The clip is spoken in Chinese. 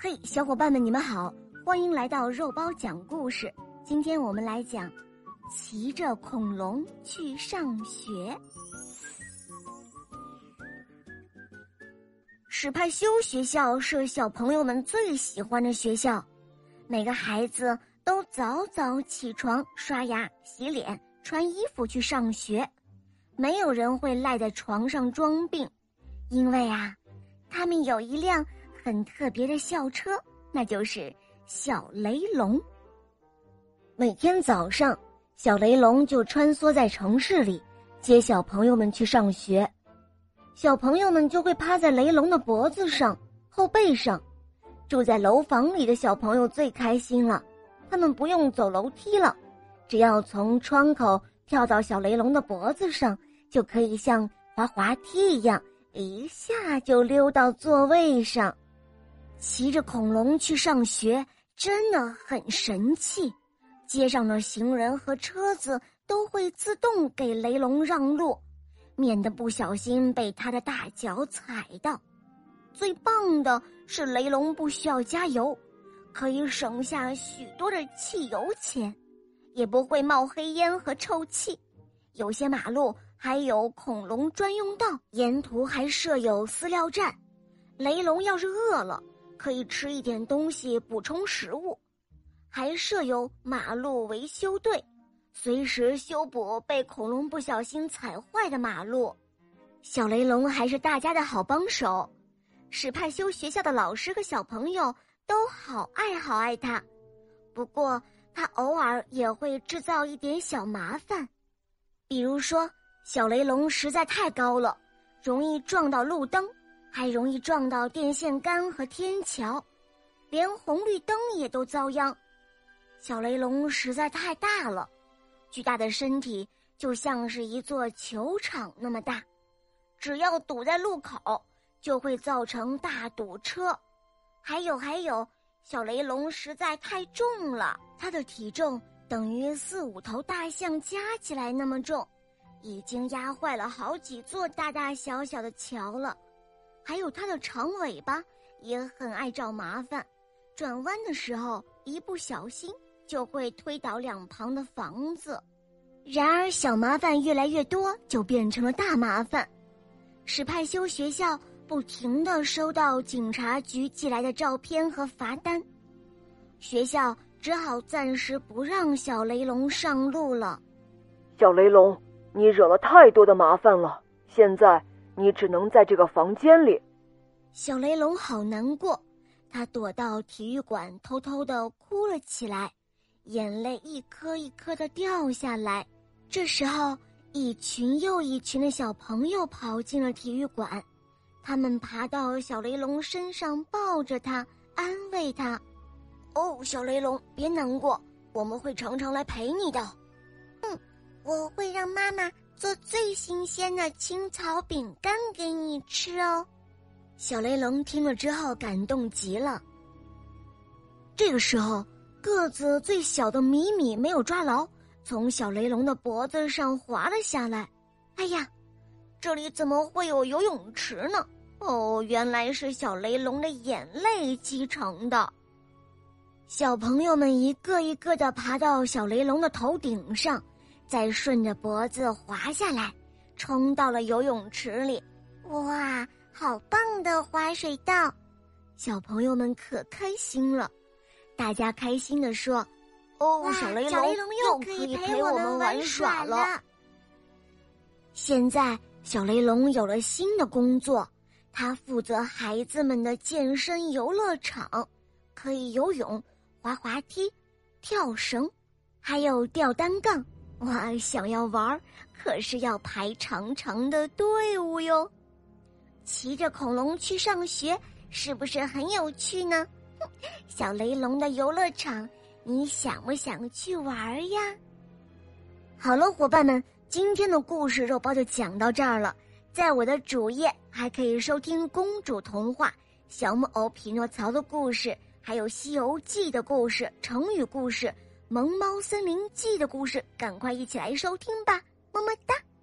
嘿，小伙伴们，你们好，欢迎来到肉包讲故事。今天我们来讲骑着恐龙去上学。史派修学校是小朋友们最喜欢的学校，每个孩子都早早起床，刷牙、洗脸、穿衣服去上学，没有人会赖在床上装病，因为他们有一辆很特别的校车，那就是小雷龙。每天早上，小雷龙就穿梭在城市里，接小朋友们去上学。小朋友们就会趴在雷龙的脖子上、后背上。住在楼房里的小朋友最开心了，他们不用走楼梯了，只要从窗口跳到小雷龙的脖子上，就可以像滑滑梯一样，一下就溜到座位上。骑着恐龙去上学真的很神气，街上的行人和车子都会自动给雷龙让路，免得不小心被他的大脚踩到。最棒的是雷龙不需要加油，可以省下许多的汽油钱，也不会冒黑烟和臭气。有些马路还有恐龙专用道，沿途还设有饲料站，雷龙要是饿了可以吃一点东西补充食物，还设有马路维修队，随时修补被恐龙不小心踩坏的马路。小雷龙还是大家的好帮手，史派修学校的老师和小朋友都好爱他。不过他偶尔也会制造一点小麻烦，比如说小雷龙实在太高了，容易撞到路灯，还容易撞到电线杆和天桥，连红绿灯也都遭殃。小雷龙实在太大了，巨大的身体就像是一座球场那么大，只要堵在路口就会造成大堵车。还有，小雷龙实在太重了，它的体重等于4-5头大象加起来那么重，已经压坏了好几座大大小小的桥了。还有它的长尾巴也很爱找麻烦，转弯的时候一不小心就会推倒两旁的房子。然而小麻烦越来越多，就变成了大麻烦。史派修学校不停地收到警察局寄来的照片和罚单，学校只好暂时不让小雷龙上路了。 小雷龙，你惹了太多的麻烦了，现在你只能在这个房间里。 小雷龙好难过，他躲到体育馆偷偷地哭了起来，眼泪一颗一颗地掉下来。这时候一群又一群的小朋友跑进了体育馆，他们爬到小雷龙身上，抱着他，安慰他。小雷龙，别难过，我们会常常来陪你的。我会让妈妈做最新鲜的青草饼干给你吃哦。小雷龙听了之后感动极了。这个时候，个子最小的米米没有抓牢，从小雷龙的脖子上滑了下来。哎呀，这里怎么会有游泳池呢？原来是小雷龙的眼泪积成的。小朋友们一个一个地爬到小雷龙的头顶上，再顺着脖子滑下来，冲到了游泳池里。哇，好棒的滑水道！小朋友们可开心了，大家开心地说：小雷龙又可以陪我们玩耍了。现在小雷龙有了新的工作，他负责孩子们的健身游乐场，可以游泳、滑滑梯、跳绳，还有吊单杠。哇，想要玩可是要排长长的队伍哟。骑着恐龙去上学是不是很有趣呢？小雷龙的游乐场，你想不想去玩呀？好了，伙伴们，今天的故事肉包就讲到这儿了。在我的主页还可以收听公主童话、小木偶匹诺曹的故事，还有西游记的故事、成语故事、萌猫森林记的故事，赶快一起来收听吧，么么哒。